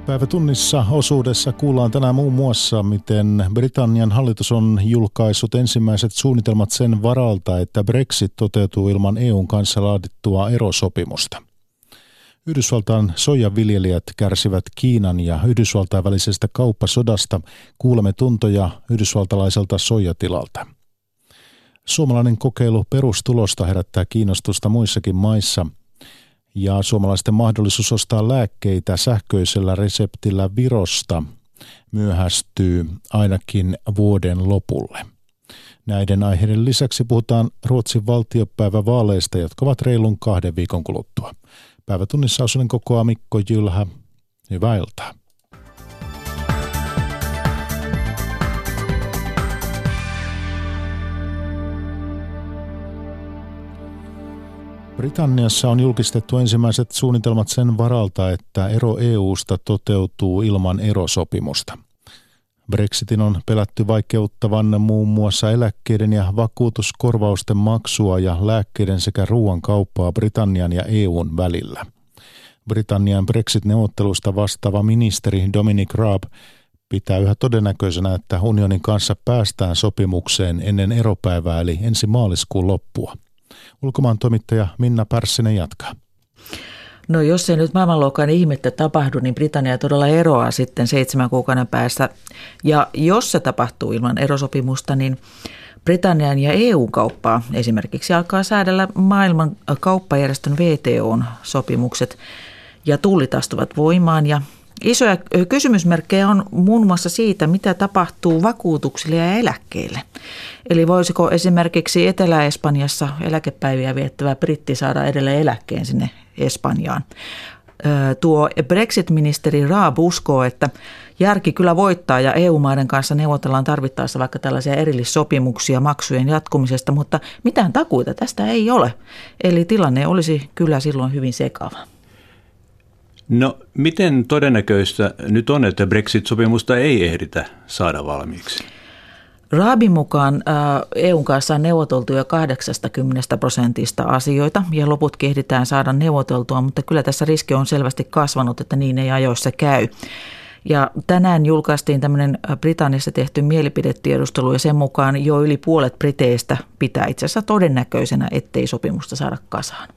Päivä tunnissa osuudessa kuullaan tänään muun muassa, miten Britannian hallitus on julkaissut ensimmäiset suunnitelmat sen varalta, että Brexit toteutuu ilman EUn kanssa laadittua erosopimusta. Yhdysvaltain soijaviljelijät kärsivät Kiinan ja Yhdysvaltain välisestä kauppasodasta. Kuulemme tuntoja yhdysvaltalaiselta soijatilalta. Suomalainen kokeilu perustulosta herättää kiinnostusta muissakin maissa. Ja suomalaisten mahdollisuus ostaa lääkkeitä sähköisellä reseptillä Virosta myöhästyy ainakin vuoden lopulle. Näiden aiheiden lisäksi puhutaan Ruotsin valtiopäivävaaleista, jotka ovat reilun 2 viikon kuluttua. Päivätunnissa osuuden kokoaa Mikko Jylhä. Hyvää iltaa. Britanniassa on julkistettu ensimmäiset suunnitelmat sen varalta, että ero EU:sta toteutuu ilman erosopimusta. Brexitin on pelätty vaikeuttavan muun muassa eläkkeiden ja vakuutuskorvausten maksua ja lääkkeiden sekä ruoan kauppaa Britannian ja EUn välillä. Britannian Brexit-neuvottelusta vastaava ministeri Dominic Raab pitää yhä todennäköisenä, että unionin kanssa päästään sopimukseen ennen eropäivää eli ensi maaliskuun loppua. Ulkomaan toimittaja Minna Pärssinen jatkaa. No jos ei nyt maailmanluokan ihmettä tapahdu, niin Britannia todella eroaa sitten 7 kuukauden päästä. Ja jos se tapahtuu ilman erosopimusta, niin Britannian ja EU-kauppaa esimerkiksi alkaa säädellä maailman kauppajärjestön VTO:n sopimukset ja tullit astuvat voimaan. Ja isoja kysymysmerkkejä on muun muassa siitä, mitä tapahtuu vakuutuksille ja eläkkeille. Eli voisiko esimerkiksi Etelä-Espanjassa eläkepäiviä viettävä britti saada edelleen eläkkeen sinne Espanjaan. Tuo Brexit-ministeri Raab uskoo, että järki kyllä voittaa ja EU-maiden kanssa neuvotellaan tarvittaessa vaikka tällaisia erillissopimuksia maksujen jatkumisesta, mutta mitään takuita tästä ei ole. Eli tilanne olisi kyllä silloin hyvin sekava. No, miten todennäköistä nyt on, että Brexit-sopimusta ei ehditä saada valmiiksi? Raabin mukaan EUn kanssa on neuvoteltu jo 80% asioita ja loputkin ehditään saada neuvoteltua, mutta kyllä tässä riski on selvästi kasvanut, että niin ei ajoissa käy. Ja tänään julkaistiin tämmöinen Britanniassa tehty mielipidetiedustelu ja sen mukaan jo yli puolet briteistä pitää itse asiassa todennäköisenä, ettei sopimusta saada kasaan.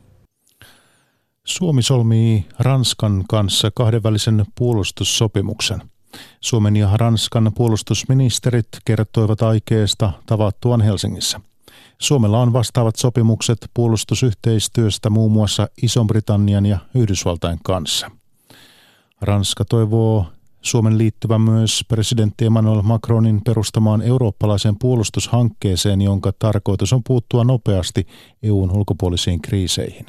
Suomi solmii Ranskan kanssa kahdenvälisen puolustussopimuksen. Suomen ja Ranskan puolustusministerit kertoivat aikeesta tavattuaan Helsingissä. Suomella on vastaavat sopimukset puolustusyhteistyöstä muun muassa Ison-Britannian ja Yhdysvaltain kanssa. Ranska toivoo Suomen liittyvän myös presidentti Emmanuel Macronin perustamaan eurooppalaiseen puolustushankkeeseen, jonka tarkoitus on puuttua nopeasti EUn ulkopuolisiin kriiseihin.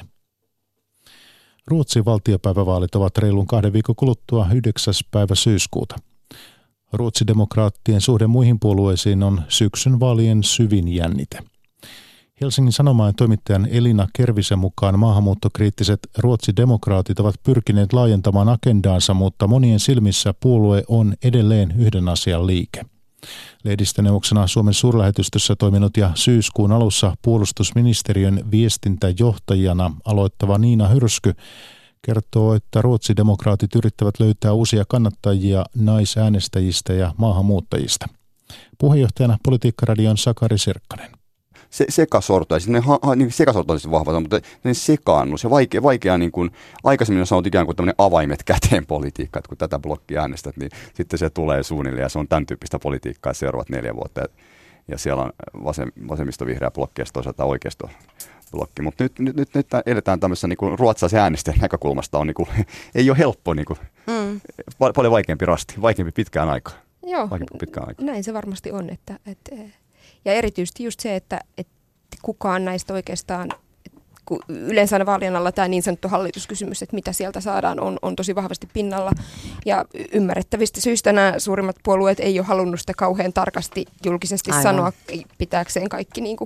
Ruotsin valtiopäivävaalit ovat reilun 2 viikon kuluttua 9. päivä syyskuuta. Ruotsidemokraattien suhde muihin puolueisiin on syksyn vaalien syvin jännite. Helsingin Sanomain toimittajan Elina Kervisen mukaan maahanmuuttokriittiset ruotsidemokraatit ovat pyrkineet laajentamaan agendaansa, mutta monien silmissä puolue on edelleen yhden asian liike. Lehdistöneuvoksena Suomen suurlähetystössä toiminut ja syyskuun alussa puolustusministeriön viestintäjohtajana aloittava Niina Hyrsky kertoo, että ruotsidemokraatit yrittävät löytää uusia kannattajia naisäänestäjistä ja maahanmuuttajista. Puheenjohtajana Politiikkaradion Sakari Sirkkanen. Se sekasorto, ja sitten sekasorto olisi vahva, mutta sekaannus ja vaikea niin kuin aikaisemmin on sanottu ikään kuin tämmöinen avaimet käteen politiikka, että kun tätä blokkia äänestät, niin sitten se tulee suunnilleen ja se on tämän tyyppistä politiikkaa seuraavat 4 vuotta. Ja siellä on vasemmisto-vihreä blokki ja toisaalta oikeisto-blokki. Mutta nyt eletään tämmöisessä niin kuin ruotsalaisen äänestäjän näkökulmasta on niin kuin, ei ole helppo, niin kuin, paljon vaikeampi rasti, vaikeampi pitkään aikaan. Joo, näin se varmasti on. Ja erityisesti just se, että kukaan näistä oikeastaan, yleensä aina vaalien alla tämä niin sanottu hallituskysymys, että mitä sieltä saadaan, on tosi vahvasti pinnalla. Ja ymmärrettävistä syistä nämä suurimmat puolueet ei ole halunnut sitä kauhean tarkasti julkisesti sanoa pitääkseen kaikki niin kuin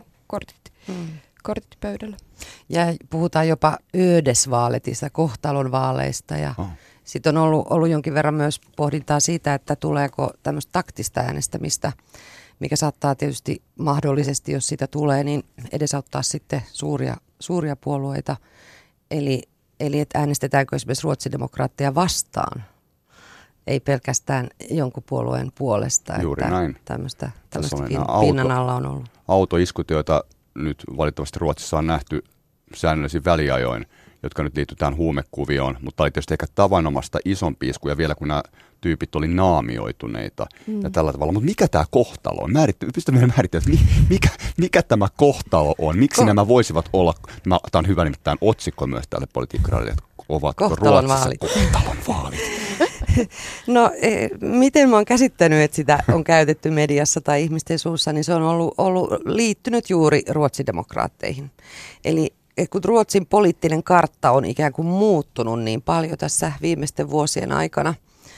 kortit pöydällä. Ja puhutaan jopa ödesvaaletista, kohtalon vaaleista ja sitten on ollut jonkin verran myös pohdintaa siitä, että tuleeko tämmöistä taktista äänestämistä, mikä saattaa tietysti mahdollisesti, jos sitä tulee, niin edesauttaa sitten suuria puolueita. Eli että äänestetäänkö esimerkiksi ruotsidemokraatteja vastaan. ei pelkästään jonkun puolueen puolesta. Juuri että näin. Tämmöistäkin pinnan alla on ollut. Autoiskut, joita nyt valitettavasti Ruotsissa on nähty säännöllisin väliajoin, jotka nyt liittyy tähän huumekuvioon, mutta oli tietysti ehkä tavanomasta isompi isku, ja vielä kun nämä tyypit oli naamioituneita ja tällä tavalla. Mutta mikä tämä kohtalo on? Pystytään vielä määrittämään, että mikä tämä kohtalo on? Miksi nämä voisivat olla, tämä on hyvä nimittäin otsikko myös tälle politiikkaradille, että ovatko Ruotsissa kohtalon vaalit? No, miten mä oon käsittänyt, että sitä on käytetty mediassa tai ihmisten suussa, niin se on ollut liittynyt juuri ruotsidemokraatteihin. Eli kun Ruotsin poliittinen kartta on ikään kuin muuttunut niin paljon tässä viimeisten vuosien aikana,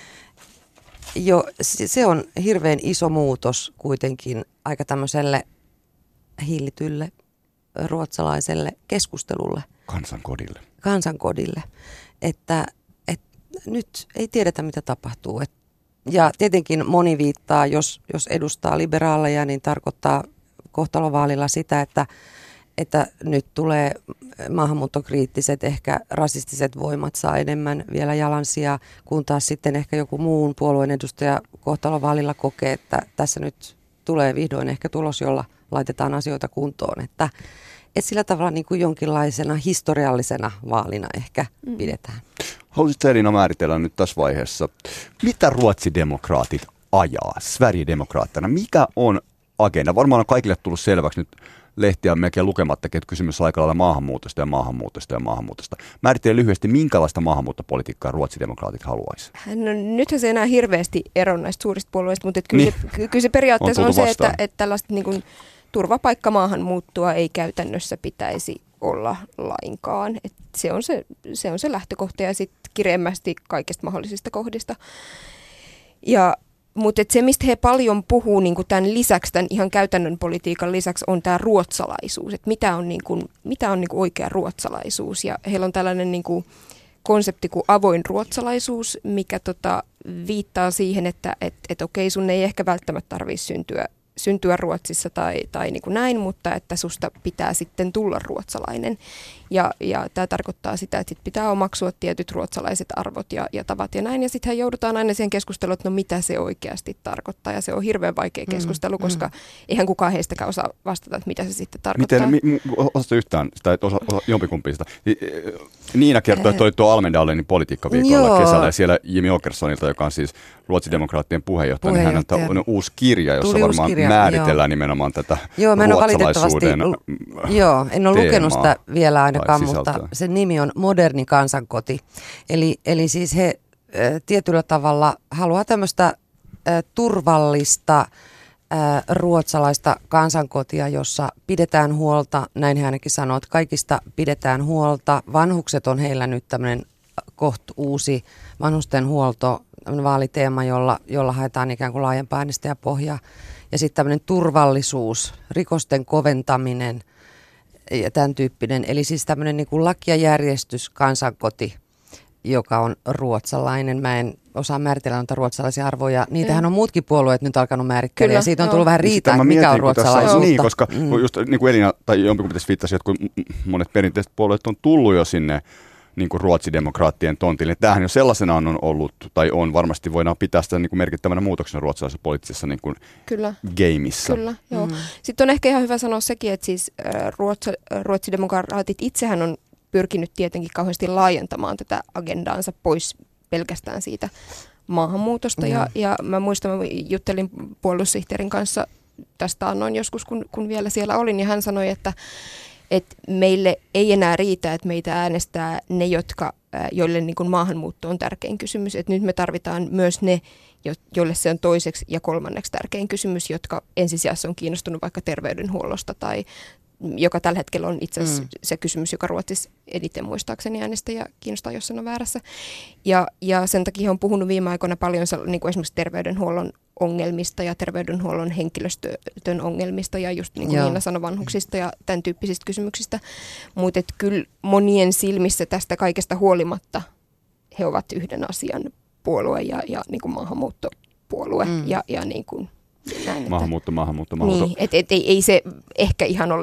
se on hirveän iso muutos kuitenkin aika tämmöiselle hillitylle ruotsalaiselle keskustelulle. Kansankodille. Että nyt ei tiedetä, mitä tapahtuu. Ja tietenkin moni viittaa, jos edustaa liberaaleja, niin tarkoittaa kohtalovaalilla sitä, että nyt tulee maahanmuuttokriittiset, ehkä rasistiset voimat saa enemmän vielä jalansijaa, kun taas sitten ehkä joku muun puolueen edustaja kohtalovaalilla kokee, että tässä nyt tulee vihdoin ehkä tulos, jolla laitetaan asioita kuntoon. Että sillä tavalla niin kuin jonkinlaisena historiallisena vaalina ehkä pidetään. Haluaisitko Elina määritellä nyt tässä vaiheessa, mitä ruotsidemokraatit ajaa Sverigedemokraattina? Mikä on agenda? Varmaan on kaikille tullut selväksi nyt lehtiä melkein lukemattakin, että kysymys on aika lailla maahanmuutosta. Määrittele lyhyesti, minkälaista maahanmuuttopolitiikkaa ruotsidemokraatit haluaisi? No, nythän se enää hirveästi ero näistä suurista puolueista, mutta kyllä se periaatteessa on se, että tällaista niin kuin turvapaikkamaahanmuuttoa ei käytännössä pitäisi olla lainkaan. Et se on se lähtökohta ja sitten kireemmästi kaikista mahdollisista kohdista. Mutta se, mistä he paljon puhuu niin tämän lisäksi, tämän ihan käytännön politiikan lisäksi, on tämä ruotsalaisuus. Että mitä on oikea ruotsalaisuus. Ja heillä on tällainen konsepti kuin avoin ruotsalaisuus, mikä viittaa siihen, että okei, sun ei ehkä välttämättä tarvitse syntyä Ruotsissa tai niin kuin näin, mutta että susta pitää sitten tulla ruotsalainen. Ja tämä tarkoittaa sitä, että sit pitää omaksua tietyt ruotsalaiset arvot ja tavat ja näin. Ja sittenhän joudutaan aina siihen keskusteluun, että no mitä se oikeasti tarkoittaa. Ja se on hirveän vaikea keskustelu, koska eihän kukaan heistäkään osaa vastata, että mitä se sitten tarkoittaa. Osaatko yhtään, tai jompikumpi sitä? Niina kertoi, että oli tuo Almedalenin politiikkaviikolla kesällä, ja siellä Jimmy Åkessonilta, joka on siis ruotsidemokraattien puheenjohtaja, niin häneltä on uusi kirja, jossa varmaan määritellään nimenomaan tätä ruotsalaisuuden en ole lukenut sitä vielä ainakaan, mutta sen nimi on Moderni kansankoti. Eli siis he tietyllä tavalla haluaa tämmöistä turvallista ruotsalaista kansankotia, jossa pidetään huolta, näin he ainakin sanoo, että kaikista pidetään huolta. Vanhukset on heillä nyt tämmöinen uusi vanhustenhuolto, vaaliteema, jolla haetaan ikään kuin laajempaa äänestäjäpohjaa. Ja sitten tämmöinen turvallisuus, rikosten koventaminen ja tämän tyyppinen. Eli siis tämmöinen niin kuin laki- ja järjestys kansankoti, joka on ruotsalainen. Mä en osaa määritellä noita ruotsalaisia arvoja. Niitähän on muutkin puolueet nyt alkanut määritellä. Kyllä, ja siitä on tullut vähän riitaa, mikä on ruotsalaisuutta. Niin, koska just niin kuin Elina tai jompikumpi tässä viittasi, että kun monet perinteiset puolueet on tullut jo sinne niin kuin ruotsidemokraattien tontille. Tämähän jo sellaisenaan on ollut, tai on varmasti voidaan pitää sitä niin kuin merkittävänä muutoksena ruotsalaisessa poliittisessa niin kuin gameissa. Kyllä, joo. Sitten on ehkä ihan hyvä sanoa sekin, että siis ruotsidemokraatit itsehän on pyrkinyt tietenkin kauheasti laajentamaan tätä agendaansa pois pelkästään siitä maahanmuutosta. Ja mä muistan, mä juttelin puolustussihteerin kanssa tästä annoin joskus, kun vielä siellä olin, ja hän sanoi, että meille ei enää riitä, että meitä äänestää ne, joille niin kuin maahanmuutto on tärkein kysymys. Että nyt me tarvitaan myös ne, joille se on toiseksi ja kolmanneksi tärkein kysymys, jotka ensisijassa on kiinnostunut vaikka terveydenhuollosta tai joka tällä hetkellä on itse asiassa se kysymys, joka Ruotsissa eniten muistaakseni äänestäjä kiinnostaa, jos on väärässä. Ja sen takia on puhunut viime aikoina paljon niin kuin esimerkiksi terveydenhuollon ongelmista ja terveydenhuollon henkilöstön ongelmista ja just niin kuin Niina sanoi, vanhuksista ja tämän tyyppisistä kysymyksistä. Mutta kyllä monien silmissä tästä kaikesta huolimatta he ovat yhden asian puolue ja niin kuin maahanmuuttopuolue ja niin kuin näin. Maahanmuutto. Niin, ei se ehkä ihan ole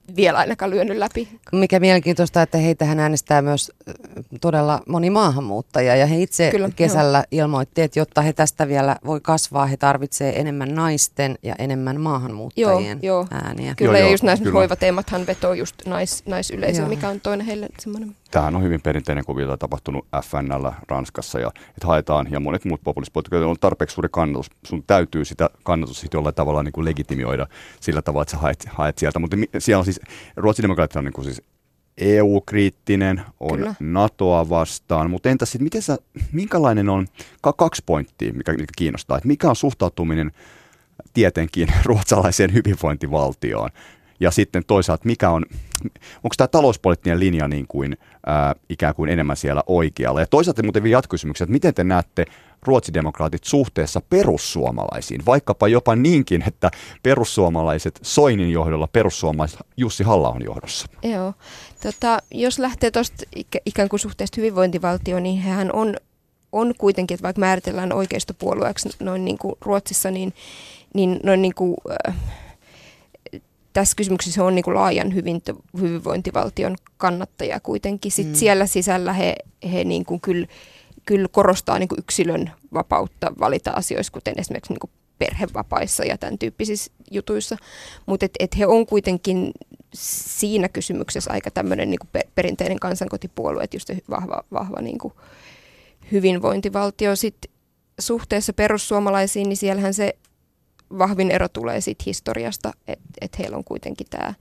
vielä ainakaan lyönyt läpi. Mikä mielenkiintoista, että heitähän äänestää myös todella moni maahanmuuttaja ja he itse kesällä ilmoitti, että jotta he tästä vielä voi kasvaa, he tarvitsee enemmän naisten ja enemmän maahanmuuttajien ääniä. Kyllä, ja just näissä hoivateemathan vetoo just naisyleisöä, mikä on toinen heille semmoinen. Tämähän on hyvin perinteinen kuvio, jota on tapahtunut FN:llä Ranskassa ja että haetaan ja monet muut populistipolitiikat on tarpeeksi suuri kannatus. Sun täytyy sitä kannatusta jollain tavalla niin kuin legitimioida sillä tavalla, että sä haet sieltä. Mutta siellä on siis, ruotsidemokraatit on niin kuin siis EU-kriittinen, on Kyllä. NATOa vastaan, mutta entäs sitten, minkälainen on, 2 pointtia, mikä kiinnostaa, että mikä on suhtautuminen tietenkin ruotsalaiseen hyvinvointivaltioon, ja sitten toisaalta onko tämä talouspoliittinen linja niin kuin, ikään kuin enemmän siellä oikealla, ja toisaalta muuten vielä jatkokysymyksiä, että miten te näette ruotsidemokraatit suhteessa perussuomalaisiin, vaikkapa jopa niinkin, että perussuomalaiset Soinin johdolla, perussuomalaiset Jussi Halla-ahon johdossa. Joo, jos lähtee tuosta ikään kuin suhteesta hyvinvointivaltioon, niin hehän on kuitenkin, että vaikka määritellään oikeistopuolueeksi noin niin kuin Ruotsissa, niin noin niin kuin, tässä kysymyksessä on niin kuin laajan hyvinvointivaltion kannattaja kuitenkin. Sitten siellä sisällä he niin kuin kyllä korostaa niin kuin yksilön vapautta valita asioissa, kuten esimerkiksi niin kuin perhevapaissa ja tämän tyyppisissä jutuissa. Mutta et he on kuitenkin siinä kysymyksessä aika tämmöinen niin kuin perinteinen kansankotipuolue, että just vahva niin kuin hyvinvointivaltio. Sitten suhteessa perussuomalaisiin, niin siellähän se vahvin ero tulee siitä historiasta, että heillä on kuitenkin tämä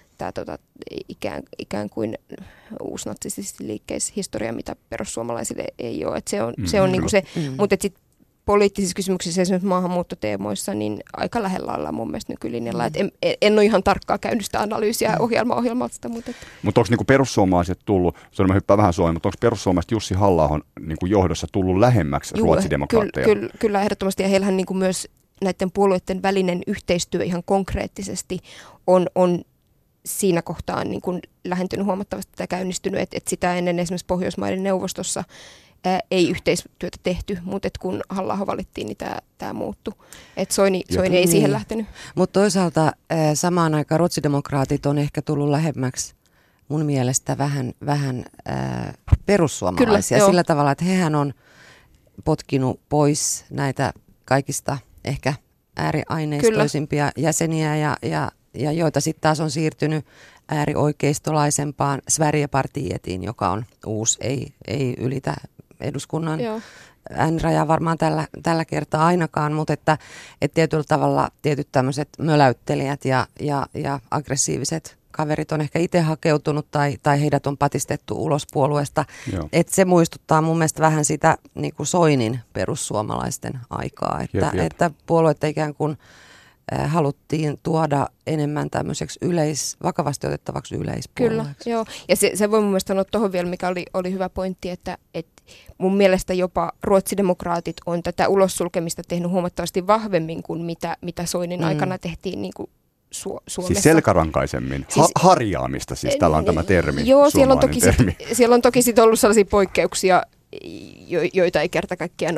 ikään kuin uusnatsistisesti liikkeessä historia, mitä perussuomalaisille ei ole. Että se on niinku se, mutta sitten poliittisissa kysymyksissä, esimerkiksi maahanmuuttoteemoissa, niin aika lähellä ollaan mun mielestä nykylinjalla. En ole ihan tarkkaa käynyt sitä analyysiä ohjelmalta. Mutta onko niinku perussuomalaiset tullut, mä hyppään vähän Suomeen, mutta onko perussuomalaiset Jussi Halla-ahon niinku johdossa tullut lähemmäksi ruotsidemokraatteja? Kyllä ehdottomasti, ja heillähän niinku myös näiden puolueiden välinen yhteistyö ihan konkreettisesti on siinä kohtaa niin kuin lähentynyt huomattavasti tai käynnistynyt, että sitä ennen esimerkiksi Pohjoismaiden neuvostossa ei yhteistyötä tehty, mutta kun Halla-aho valittiin, niin tämä muuttui. Että Soini ei siihen lähtenyt. Mutta toisaalta samaan aikaan ruotsidemokraatit on ehkä tullut lähemmäksi mun mielestä vähän perussuomalaisia. Kyllä, sillä tavalla, että hehän on potkinut pois näitä kaikista ehkä ääriaineistoisimpia jäseniä ja joita sitten taas on siirtynyt äärioikeistolaisempaan Sverigepartietiin, joka on uusi, ei ylitä eduskunnan äänirajaa varmaan tällä kertaa ainakaan, mutta että tietyllä tavalla tietyt tämmöiset möläyttelijät ja aggressiiviset kaverit on ehkä itse hakeutunut tai heidät on patistettu ulos puolueesta. Että se muistuttaa mun mielestä vähän sitä niin kuin Soinin perussuomalaisten aikaa, että puolueet ikään kuin haluttiin tuoda enemmän tämmöiseksi vakavasti otettavaksi yleispuolueeksi. Kyllä, joo. Ja se voi mun mielestä sanoa tuohon vielä, mikä oli hyvä pointti, että mun mielestä jopa ruotsidemokraatit on tätä ulossulkemista tehnyt huomattavasti vahvemmin kuin mitä Soinin aikana tehtiin niin kuin Suomessa. Siis selkärankaisemmin, harjaamista siis, tällä on tämä termi. Joo, siellä on toki sit ollut sellaisia poikkeuksia, joita ei kerta kaikkiaan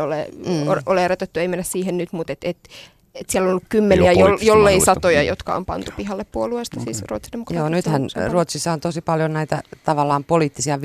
ole erotettu, ei mennä siihen nyt, mutta siellä on ollut kymmeniä, jollei satoja, jotka on pantu pihalle puolueesta, siis ruotsidemokraatit. Joo, nythän Ruotsissa on tosi paljon näitä tavallaan poliittisia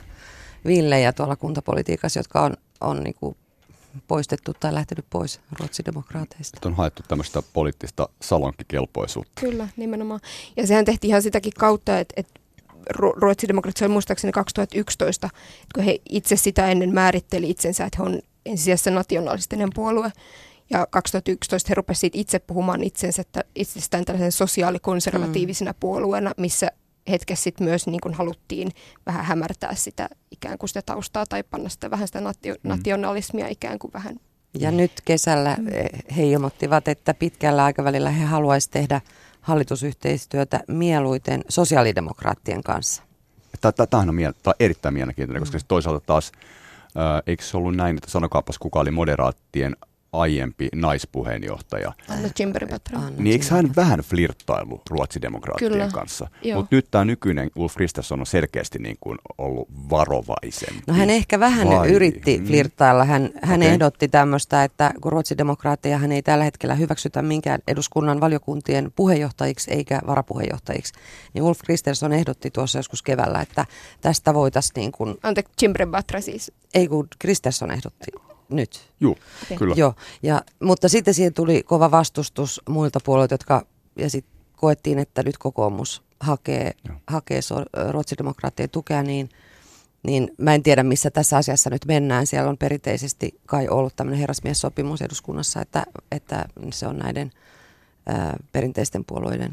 villejä tuolla kuntapolitiikassa, jotka on niin kuin poistettu tai lähtenyt pois ruotsidemokraateista. On haettu tämmöistä poliittista salonkikelpoisuutta. Kyllä, nimenomaan. Ja sehän tehtiin ihan sitäkin kautta, että ruotsidemokraatit oli muistaakseni 2011, kun he itse sitä ennen määritteli itsensä, että he on ensisijaisesti nationalistinen puolue. Ja 2011 he rupesivat itse puhumaan itsestään tällaisen sosiaalikonservatiivisena puolueena, missä hetkessä sitten myös niin kuin haluttiin vähän hämärtää sitä ikään kuin sitä taustaa tai panna sitä vähän sitä nationalismia ikään kuin vähän. Ja nyt kesällä he ilmoittivat, että pitkällä aikavälillä he haluaisivat tehdä hallitusyhteistyötä mieluiten sosiaalidemokraattien kanssa. Tämä on erittäin mielenkiintoinen, koska toisaalta taas, eikö se ollut näin, että sanokaapas kuka oli moderaattien aiempi naispuheenjohtaja. Anna Cimberibatra. Niin eikö hän vähän flirttailu ruotsidemokraattien kanssa? Mutta nyt tämä nykyinen Ulf Kristersson on selkeästi niin kuin ollut varovaisempi. No hän ehkä vähän yritti flirttailla. Hän ehdotti tämmöistä, että kun ruotsidemokraatteja hän ei tällä hetkellä hyväksytä minkään eduskunnan valiokuntien puheenjohtajiksi eikä varapuheenjohtajiksi, niin Ulf Kristersson ehdotti tuossa joskus keväällä, että tästä voitaisiin niin kuin... Anteeksi, Cimberibatra siis. Ei kun Kristersson ehdotti. Nyt. Joo, kyllä. Joo, mutta sitten siihen tuli kova vastustus muilta puolueilta, ja sitten koettiin, että nyt kokoomus hakee ruotsidemokraattien tukea, niin mä en tiedä, missä tässä asiassa nyt mennään. Siellä on perinteisesti kai ollut tämmöinen herrasmiessopimus eduskunnassa, että se on näiden perinteisten puolueiden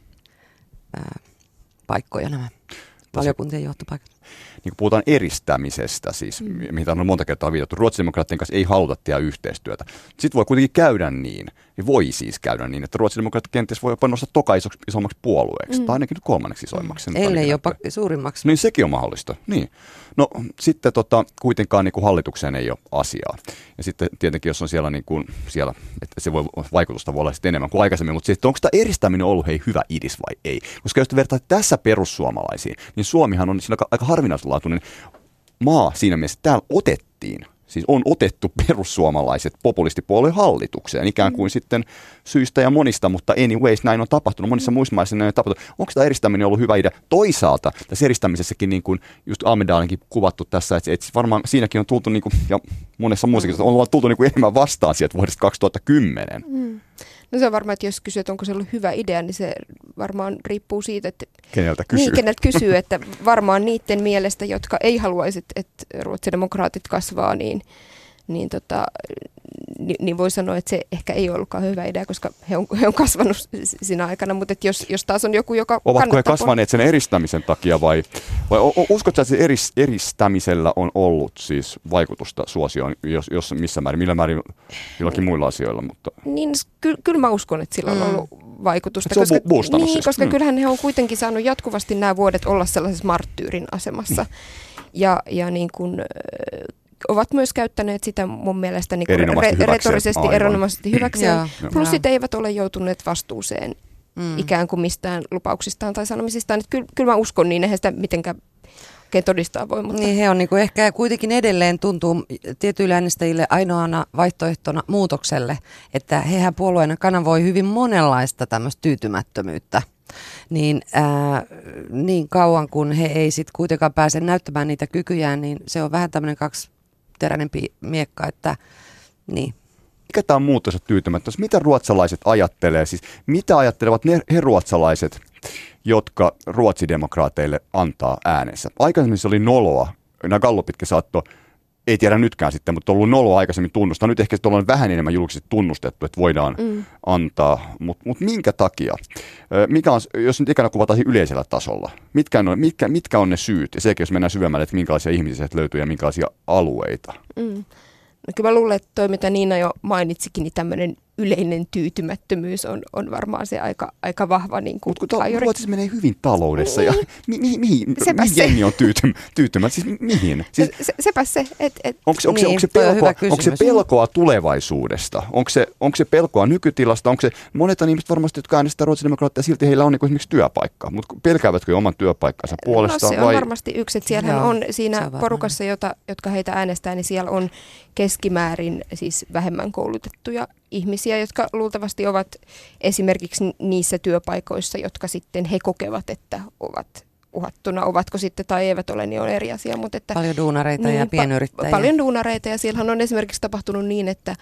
paikkoja nämä valiokuntien johtopaikat. Niin kun puhutaan eristämisestä, siis, mitä on monta kertaa viitattu, ruotsidemokraattien kanssa ei haluta tehdä yhteistyötä. Sitten voi kuitenkin käydä niin että ruotsidemokraatit kenties voi jopa nostaa toka isommaksi puolueeksi, tai ainakin nyt kolmanneksi isoimmaksi. Ellei jopa suurimmaksi. Niin sekin on mahdollista, niin. No sitten kuitenkaan niin kuin hallitukseen ei ole asiaa. Ja sitten tietenkin, jos on siellä, että se vaikutusta voi olla sitten enemmän kuin aikaisemmin, mutta sitten onko tämä eristäminen ollut hyvä idis vai ei? Koska jos te vertaat tässä perussuomalaisiin, niin Suomihan on siinä aika harvinaislaatuinen maa siinä mielessä, että täällä otettiin. Siis on otettu perussuomalaiset populistipuolueen hallitukseen, ikään kuin sitten syistä ja monista, mutta anyways, näin on tapahtunut. Monissa muissa maissa näin on tapahtunut. Onko tämä eristäminen ollut hyvä idea? Toisaalta tässä eristämisessäkin, niin kuin just Almedalenkin kuvattu tässä, että varmaan siinäkin on tultu, niin kuin, ja monessa muussakin on tultu niin kuin enemmän vastaan sieltä vuodesta 2010. No se on varmaan, että jos kysyy, että onko se ollut hyvä idea, niin se varmaan riippuu siitä, että keneltä kysyy. Niin, keneltä kysyy, että varmaan niiden mielestä, jotka ei haluaisi, että ruotsidemokraatit kasvaa, niin voi sanoa, että se ehkä ei ollutkaan hyvä idea, koska he on kasvanut siinä aikana, mutta jos taas on joku, joka ovatko he kasvaneet sen eristämisen takia vai uskotko, että se eristämisellä on ollut siis vaikutusta suosioon, jos missä määrin, millä määrin jollakin muilla asioilla? Mutta... Niin, kyllä mä uskon, että sillä on ollut vaikutusta. Koska kyllähän he on kuitenkin saanut jatkuvasti nämä vuodet olla sellaisessa marttyyrin asemassa. Ja niin kuin... ovat myös käyttäneet sitä mun mielestä niin retorisesti erinomaisesti hyväkseen. Plus sitten eivät ole joutuneet vastuuseen ikään kuin mistään lupauksistaan tai sanomisistaan. Kyllä mä uskon niin, eihän sitä mitenkään oikein todistaa voi. Mutta... Niin he on niin ehkä kuitenkin edelleen tuntuu tietyille äänestäjille ainoana vaihtoehtona muutokselle, että hehän puolueena kanavoi hyvin monenlaista tämmöistä tyytymättömyyttä. Niin kauan kun he ei sitten kuitenkaan pääse näyttämään niitä kykyjään, niin se on vähän tämmöinen kaksiteräinen miekka, että niin. Mikä tämä on muutos tyytymättömyys? Mitä ruotsalaiset ajattelee? Siis mitä ajattelevat he ruotsalaiset, jotka ruotsidemokraateille antaa äänensä? Aikaisemmin se oli noloa. Nämä gallupitkin saattoi, ei tiedä nytkään sitten, mutta on ollut noloa aikaisemmin tunnustaa. Nyt ehkä on vähän enemmän julkisesti tunnustettu, että voidaan antaa. Mutta minkä takia? Mikä on, jos nyt ikään kuvataan yleisellä tasolla, mitkä on ne syyt? Ja sekin, jos mennään syvemmälle, että minkälaisia ihmisiä löytyy ja minkälaisia alueita. No kyllä mä luulen, että toi, mitä Niina jo mainitsikin, niin tämmöinen yleinen tyytymättömyys on varmaan se aika vahva niin kuin ajuri. Ruotsissa menee hyvin taloudessa ja mihin jengi on tyytymättä? Siis mihin? Siis, sepä se. Onko se pelkoa tulevaisuudesta? Onko se pelkoa nykytilasta? Onko se monet ihmiset varmasti, jotka äänestää ruotsidemokraatteja, silti heillä on niin esimerkiksi työpaikka, mutta pelkäävätkö oman työpaikkansa puolesta? No se on varmasti yksi, että siellähän on siinä porukassa, jotka heitä äänestää, niin siellä on keskimäärin siis vähemmän koulutettuja ihmisiä, jotka luultavasti ovat esimerkiksi niissä työpaikoissa, jotka sitten he kokevat, että ovat uhattuna. Ovatko sitten tai eivät ole, niin on eri asia. Mutta että, paljon duunareita ja pienyrittäjiä. Paljon duunareita ja siellähän on esimerkiksi tapahtunut niin, että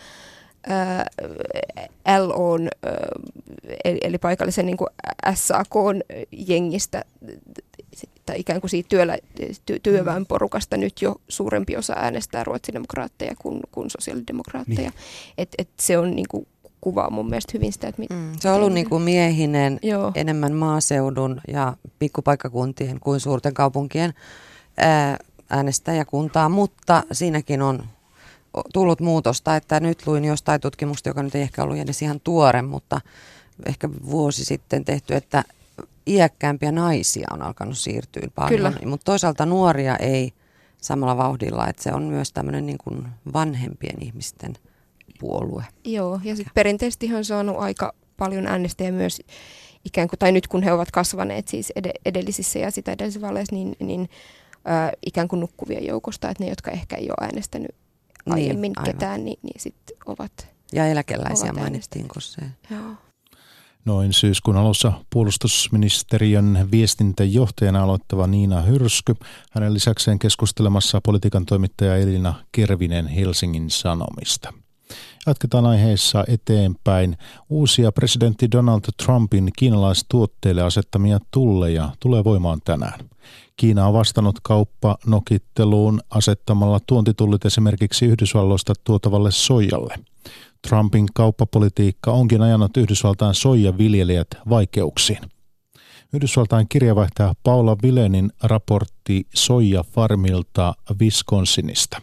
LOn, eli paikallisen niin kuin SAK:n-jengistä tai ikään kuin siitä työväenporukasta nyt jo suurempi osa äänestää ruotsidemokraatteja kuin sosiaalidemokraatteja. Niin. Et se on niin kuin kuvaa mun mielestä hyvin sitä, että se on ollut niin kuin miehinen, enemmän maaseudun ja pikkupaikkakuntien kuin suurten kaupunkien äänestäjäkuntaa, mutta siinäkin on tullut muutosta, että nyt luin jostain tutkimusta, joka nyt ei ehkä ollut edes ihan tuore, mutta ehkä vuosi sitten tehty, että iäkkäämpiä naisia on alkanut siirtyä paljon, mutta toisaalta nuoria ei samalla vauhdilla, että se on myös tämmöinen niin kuin vanhempien ihmisten puolue. Joo, ja sitten perinteisesti on saanut aika paljon äänestäjiä myös ikään kuin, tai nyt kun he ovat kasvaneet siis edellisissä ja sitä edellisissä vaaleissa, niin ikään kuin nukkuvien joukosta, että ne, jotka ehkä ei ole äänestänyt aiemmin ketään, niin sitten ovat. Ja eläkeläisiä mainittiin koseen. Joo. Noin syyskuun alussa puolustusministeriön viestintäjohtajana aloittava Niina Hyrsky. Hänen lisäkseen keskustelemassa politiikan toimittaja Elina Kervinen Helsingin Sanomista. Jatketaan aiheessa eteenpäin. Uusia presidentti Donald Trumpin kiinalaistuotteille asettamia tulleja tulee voimaan tänään. Kiina on vastannut kauppanokitteluun asettamalla tuontitullit esimerkiksi Yhdysvalloista tuotavalle soijalle. Trumpin kauppapolitiikka onkin ajanut Yhdysvaltain soijaviljelijät vaikeuksiin. Yhdysvaltain kirjavaihtaja Paula Vilenin raportti soijafarmilta Wisconsinista.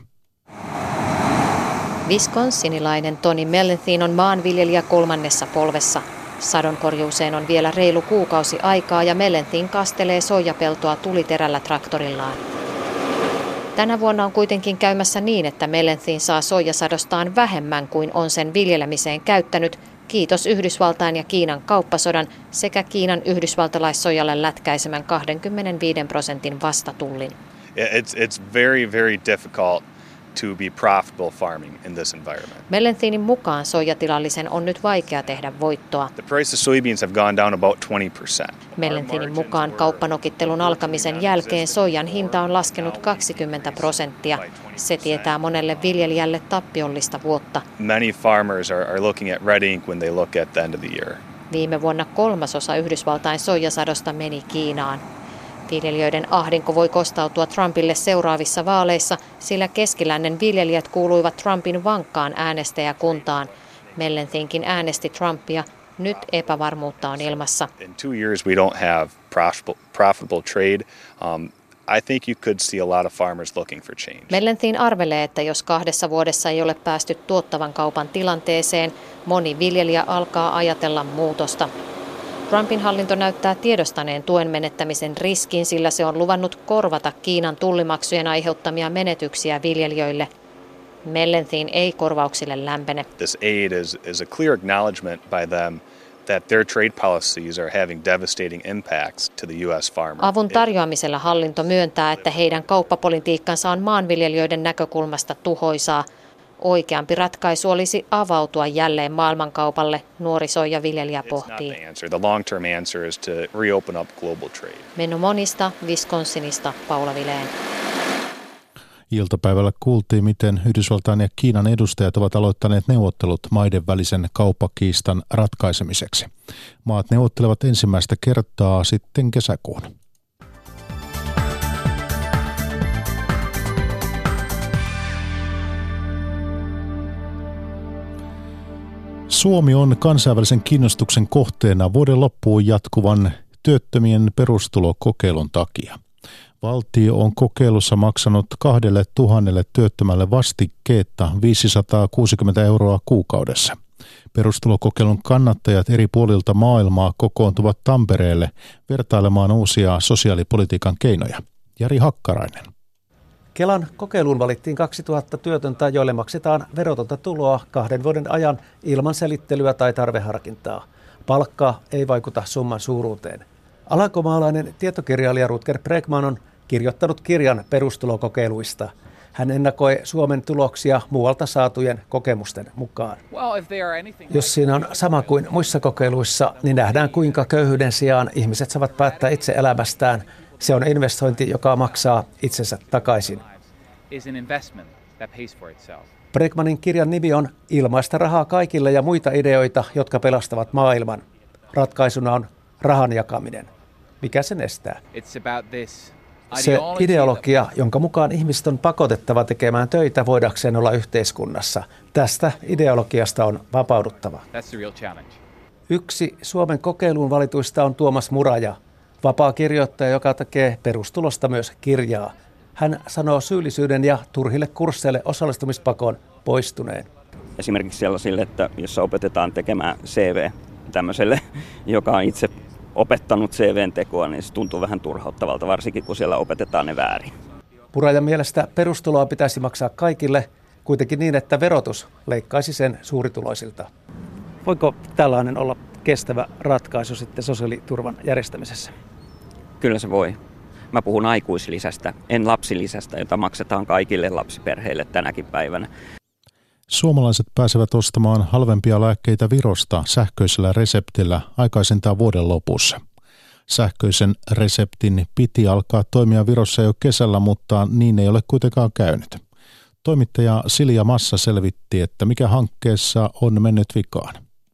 Wisconsinilainen Tony Mellenthin on maanviljelijä 3. polvessa. Sadonkorjuuseen on vielä reilu kuukausi aikaa ja Mellenthin kastelee soijapeltoa tuliterällä traktorillaan. Tänä vuonna on kuitenkin käymässä niin, että Mellenthin saa soijasadostaan vähemmän kuin on sen viljelemiseen käyttänyt, kiitos Yhdysvaltain ja Kiinan kauppasodan sekä Kiinan yhdysvaltalaissoijalle lätkäisemän 25% vastatullin. It's very, very difficult to be profitable farming in this environment. Mellenthinin mukaan soijatilallisen on nyt vaikea tehdä voittoa. The price of soybeans have gone down about 20%. Mellenthinin mukaan kauppanokittelun alkamisen jälkeen soijan hinta on laskenut 20%. Se tietää monelle viljelijälle tappiollista vuotta. Many farmers are looking at red ink when they look at the end of the year. Viime vuonna 1/3 Yhdysvaltain soijasadosta meni Kiinaan. Viljelijöiden ahdinko voi kostautua Trumpille seuraavissa vaaleissa, sillä keskilännen viljelijät kuuluivat Trumpin vankkaan äänestäjäkuntaan. Mellenthinkin äänesti Trumpia. Nyt epävarmuutta on ilmassa. In 2 years we don't have profitable trade. I think you could see a lot of farmers looking for change. Mellenthin arvelee, että jos 2 vuodessa ei ole päästy tuottavan kaupan tilanteeseen, moni viljelijä alkaa ajatella muutosta. Trumpin hallinto näyttää tiedostaneen tuen menettämisen riskin, sillä se on luvannut korvata Kiinan tullimaksujen aiheuttamia menetyksiä viljelijöille. Mellenthin ei korvauksille lämpene. This aid is a clear acknowledgement by them that their trade policies are having devastating impacts to the US farmer. Avun tarjoamisella hallinto myöntää, että heidän kauppapolitiikkansa on maanviljelijöiden näkökulmasta tuhoisaa. Oikeampi ratkaisu olisi avautua jälleen maailmankaupalle, nuori soijaviljelijä pohtii. The long-term answer is to reopen up global trade. Menno Monista, Wisconsinista, Paula Vileen. Iltapäivällä kuultiin, miten Yhdysvaltain ja Kiinan edustajat ovat aloittaneet neuvottelut maiden välisen kauppakiistan ratkaisemiseksi. Maat neuvottelevat ensimmäistä kertaa sitten kesäkuun. Suomi on kansainvälisen kiinnostuksen kohteena vuoden loppuun jatkuvan työttömien perustulokokeilun takia. Valtio on kokeilussa maksanut 2 000 työttömälle vastikkeetta 560 € kuukaudessa. Perustulokokeilun kannattajat eri puolilta maailmaa kokoontuvat Tampereelle vertailemaan uusia sosiaalipolitiikan keinoja. Jari Hakkarainen. Kelan kokeiluun valittiin 2000 työtöntä, joille maksetaan verotonta tuloa 2 vuoden ajan ilman selittelyä tai tarveharkintaa. Palkka ei vaikuta summan suuruuteen. Alankomaalainen tietokirjailija Rutger Bregman on kirjoittanut kirjan perustulokokeiluista. Hän ennakoi Suomen tuloksia muualta saatujen kokemusten mukaan. Jos siinä on sama kuin muissa kokeiluissa, niin nähdään kuinka köyhyyden sijaan ihmiset saavat päättää itse elämästään. Se on investointi, joka maksaa itsensä takaisin. Bregmanin kirjan nimi on Ilmaista rahaa kaikille ja muita ideoita, jotka pelastavat maailman. Ratkaisuna on rahan jakaminen. Mikä sen estää? Se ideologia, jonka mukaan ihmiset on pakotettava tekemään töitä voidakseen olla yhteiskunnassa. Tästä ideologiasta on vapauduttava. Yksi Suomen kokeiluun valituista on Tuomas Muraja, vapaa kirjoittaja, joka tekee perustulosta myös kirjaa. Hän sanoo syyllisyyden ja turhille kursseille osallistumispakon poistuneen. Esimerkiksi sellaisille, että jossa opetetaan tekemään CV tämmöiselle, joka on itse opettanut CVn tekoa, niin se tuntuu vähän turhauttavalta, varsinkin kun siellä opetetaan ne väärin. Murajan mielestä perustuloa pitäisi maksaa kaikille, kuitenkin niin, että verotus leikkaisi sen suurituloisilta. Voiko tällainen olla kestävä ratkaisu sitten sosiaaliturvan järjestämisessä? Kyllä se voi. Mä puhun aikuislisästä, en lapsilisästä, jota maksetaan kaikille lapsiperheille tänäkin päivänä. Suomalaiset pääsevät ostamaan halvempia lääkkeitä Virosta sähköisellä reseptillä aikaisintaan vuoden lopussa. Sähköisen reseptin piti alkaa toimia Virossa jo kesällä, mutta niin ei ole kuitenkaan käynyt. Toimittaja Silja Massa selvitti, että mikä hankkeessa on mennyt vikaan.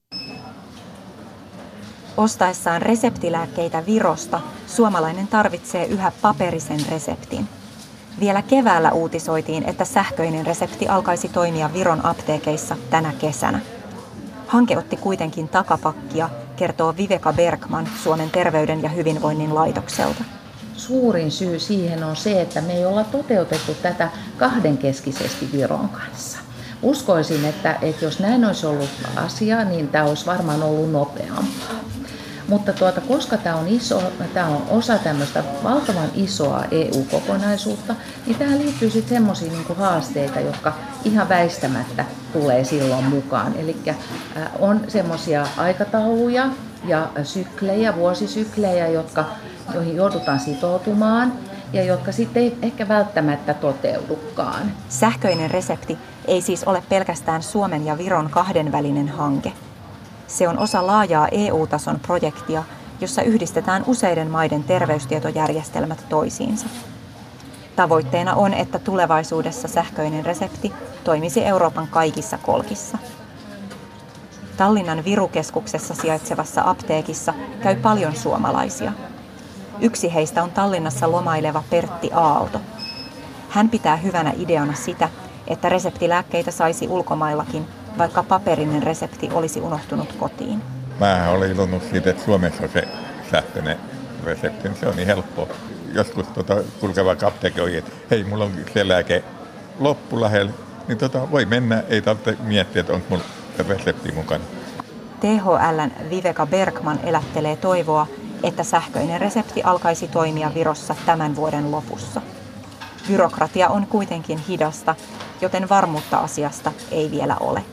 Ostaessaan reseptilääkkeitä Virosta suomalainen tarvitsee yhä paperisen reseptin. Vielä keväällä uutisoitiin, että sähköinen resepti alkaisi toimia Viron apteekeissa tänä kesänä. Hanke otti kuitenkin takapakkia, kertoo Viveka Bergman Suomen terveyden ja hyvinvoinnin laitokselta. Suurin syy siihen on se, että me ei olla toteutettu tätä kahdenkeskisesti Viron kanssa. Uskoisin, että jos näin olisi ollut asia, niin tämä olisi varmaan ollut nopeampaa. Mutta koska tämä on osa tämmöistä valtavan isoa EU-kokonaisuutta, niin tähän liittyy sitten semmoisia haasteita, jotka ihan väistämättä tulee silloin mukaan. Eli on semmoisia aikatauluja ja syklejä, vuosisyklejä, joihin joudutaan sitoutumaan ja jotka sitten ei ehkä välttämättä toteudukaan. Sähköinen resepti ei siis ole pelkästään Suomen ja Viron kahdenvälinen hanke. Se on osa laajaa EU-tason projektia, jossa yhdistetään useiden maiden terveystietojärjestelmät toisiinsa. Tavoitteena on, että tulevaisuudessa sähköinen resepti toimisi Euroopan kaikissa kolkissa. Tallinnan Viru-keskuksessa sijaitsevassa apteekissa käy paljon suomalaisia. Yksi heistä on Tallinnassa lomaileva Pertti Aalto. Hän pitää hyvänä ideana sitä, että reseptilääkkeitä saisi ulkomaillakin, vaikka paperinen resepti olisi unohtunut kotiin. Mä olen ilonnut siitä, että Suomessa se sähköinen resepti, se on niin helppoa. Joskus kulkeva apteekki oli, että hei, mulla on se lääke loppu lähellä, niin voi mennä, ei tarvitse miettiä, että onko mulla resepti mukana. THL:n Viveka Bergman elättelee toivoa, että sähköinen resepti alkaisi toimia Virossa tämän vuoden lopussa. Byrokratia on kuitenkin hidasta, joten varmuutta asiasta ei vielä ole.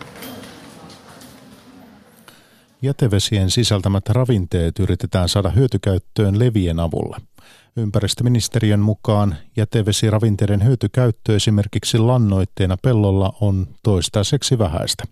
Jätevesien sisältämät ravinteet yritetään saada hyötykäyttöön levien avulla. Ympäristöministeriön mukaan jätevesiravinteiden hyötykäyttö esimerkiksi lannoitteena pellolla on toistaiseksi vähäistä.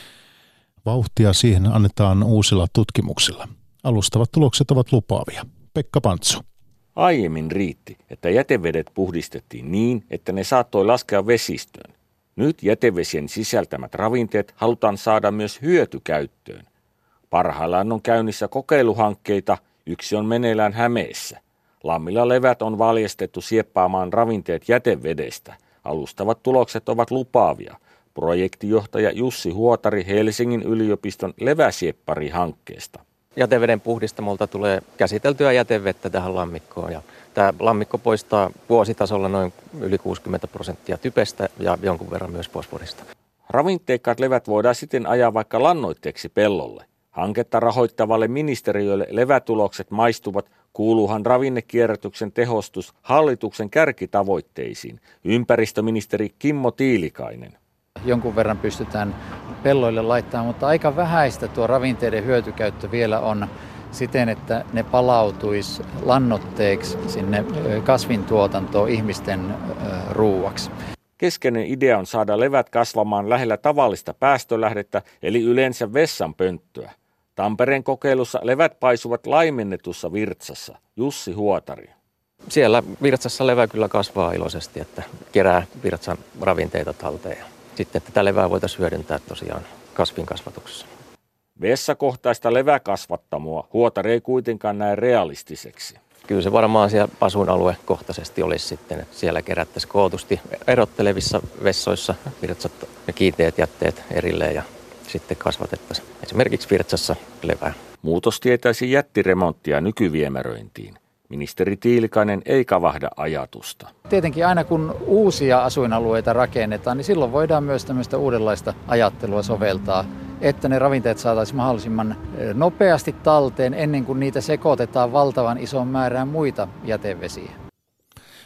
Vauhtia siihen annetaan uusilla tutkimuksilla. Alustavat tulokset ovat lupaavia. Pekka Pantsu. Aiemmin riitti, että jätevedet puhdistettiin niin, että ne saattoi laskea vesistöön. Nyt jätevesien sisältämät ravinteet halutaan saada myös hyötykäyttöön. Parhaillaan on käynnissä kokeiluhankkeita, yksi on meneillään Hämeessä. Lammilla levät on valjastettu sieppaamaan ravinteet jätevedestä. Alustavat tulokset ovat lupaavia. Projektijohtaja Jussi Huotari Helsingin yliopiston leväsieppari-hankkeesta. Jäteveden puhdistamolta tulee käsiteltyä jätevettä tähän lammikkoon. Ja tämä lammikko poistaa vuositasolla noin yli 60% typestä ja jonkun verran myös fosforista. Ravinteikkaat levät voidaan sitten ajaa vaikka lannoitteeksi pellolle. Hanketta rahoittavalle ministeriölle levätulokset maistuvat, kuuluuhan ravinnekierrätyksen tehostus hallituksen kärkitavoitteisiin. Ympäristöministeri Kimmo Tiilikainen. Jonkun verran pystytään pelloille laittamaan, mutta aika vähäistä tuo ravinteiden hyötykäyttö vielä on siten, että ne palautuisi lannoitteeksi sinne kasvintuotantoon ihmisten ruuaksi. Keskeinen idea on saada levät kasvamaan lähellä tavallista päästölähdettä, eli yleensä vessanpönttöä. Tampereen kokeilussa levät paisuvat laimennetussa virtsassa. Jussi Huotari. Siellä virtsassa levä kyllä kasvaa iloisesti, että kerää virtsan ravinteita talteen. Sitten tätä levää voitaisiin hyödyntää tosiaan kasvinkasvatuksessa. Vessakohtaista leväkasvattamoa Huotari ei kuitenkaan näe realistiseksi. Kyllä se varmaan siellä asuinaluekohtaisesti olisi sitten, että siellä kerättäisiin kootusti erottelevissa vessoissa virtsat ja kiinteät jätteet erilleen ja sitten kasvatettaisiin esimerkiksi virtsassa levää. Muutos tietäisi jättiremonttia nykyviemäröintiin. Ministeri Tiilikainen ei kavahda ajatusta. Tietenkin aina kun uusia asuinalueita rakennetaan, niin silloin voidaan myös tämmöistä uudenlaista ajattelua soveltaa, että ne ravinteet saataisiin mahdollisimman nopeasti talteen ennen kuin niitä sekoitetaan valtavan isoon määrään muita jätevesiä.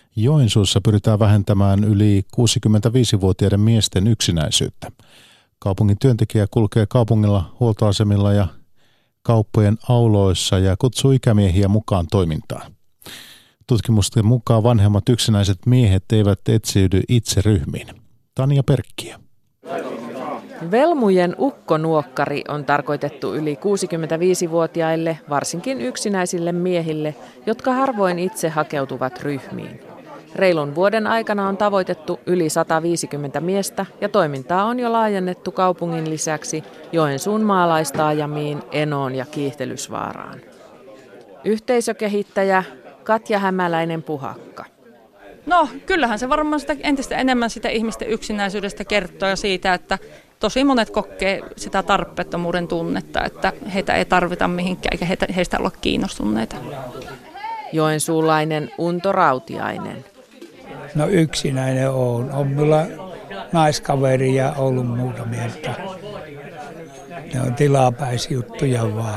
Joensuussa pyritään vähentämään yli 65-vuotiaiden miesten yksinäisyyttä. Kaupungin työntekijä kulkee kaupungilla huoltoasemilla ja kauppojen auloissa ja kutsuu ikämiehiä mukaan toimintaan. Tutkimusten mukaan vanhemmat yksinäiset miehet eivät etsiydy itse ryhmiin. Tanja Perkkiö. Velmujen ukkonuokkari on tarkoitettu yli 65-vuotiaille, varsinkin yksinäisille miehille, jotka harvoin itse hakeutuvat ryhmiin. Reilun vuoden aikana on tavoitettu yli 150 miestä ja toimintaa on jo laajennettu kaupungin lisäksi Joensuun maalaistaajamiin, Enoon ja Kiihtelysvaaraan. Yhteisökehittäjä Katja Hämäläinen-Puhakka. No kyllähän se varmaan sitä entistä enemmän sitä ihmisten yksinäisyydestä kertoo ja siitä, että tosi monet kokee sitä tarpeettomuuden tunnetta, että heitä ei tarvita mihinkään eikä heistä olla kiinnostuneita. Joensuulainen Unto Rautiainen. No yksinäinen on minulla naiskaveri ja ollut muutamia, että ne on tilapäisjuttuja vaan.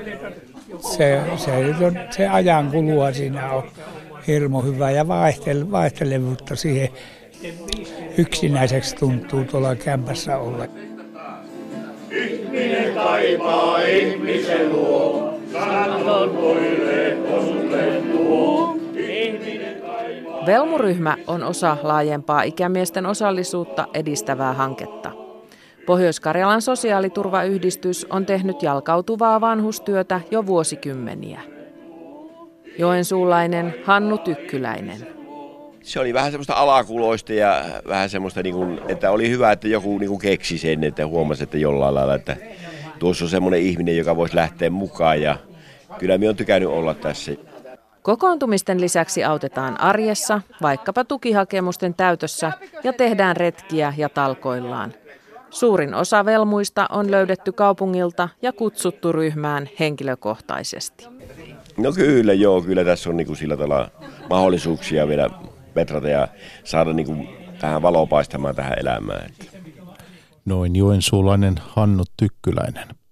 Se ajan kulua siinä on hirmu hyvä ja vaihtelevuutta siihen yksinäiseksi tuntuu tuolla kämpässä olla. Ihminen kaipaa ihmisen luo, santon toiveet osulle tuo. Velmuryhmä on osa laajempaa ikämiesten osallisuutta edistävää hanketta. Pohjois-Karjalan sosiaaliturvayhdistys on tehnyt jalkautuvaa vanhustyötä jo vuosikymmeniä. Joensuulainen Hannu Tykkyläinen. Se oli vähän semmoista alakuloista ja vähän semmoista, että oli hyvä, että joku keksi sen, että huomasi, että jollain lailla, että tuossa on semmoinen ihminen, joka voisi lähteä mukaan ja kyllä minä olen tykännyt olla tässä. Kokoontumisten lisäksi autetaan arjessa, vaikkapa tukihakemusten täytössä ja tehdään retkiä ja talkoillaan. Suurin osa velmuista on löydetty kaupungilta ja kutsuttu ryhmään henkilökohtaisesti. No kyllä tässä on sillä tavalla mahdollisuuksia vielä petrata ja saada tähän valopaistamaan tähän elämään. Noin joensuulainen Hannu Tykkyläinen.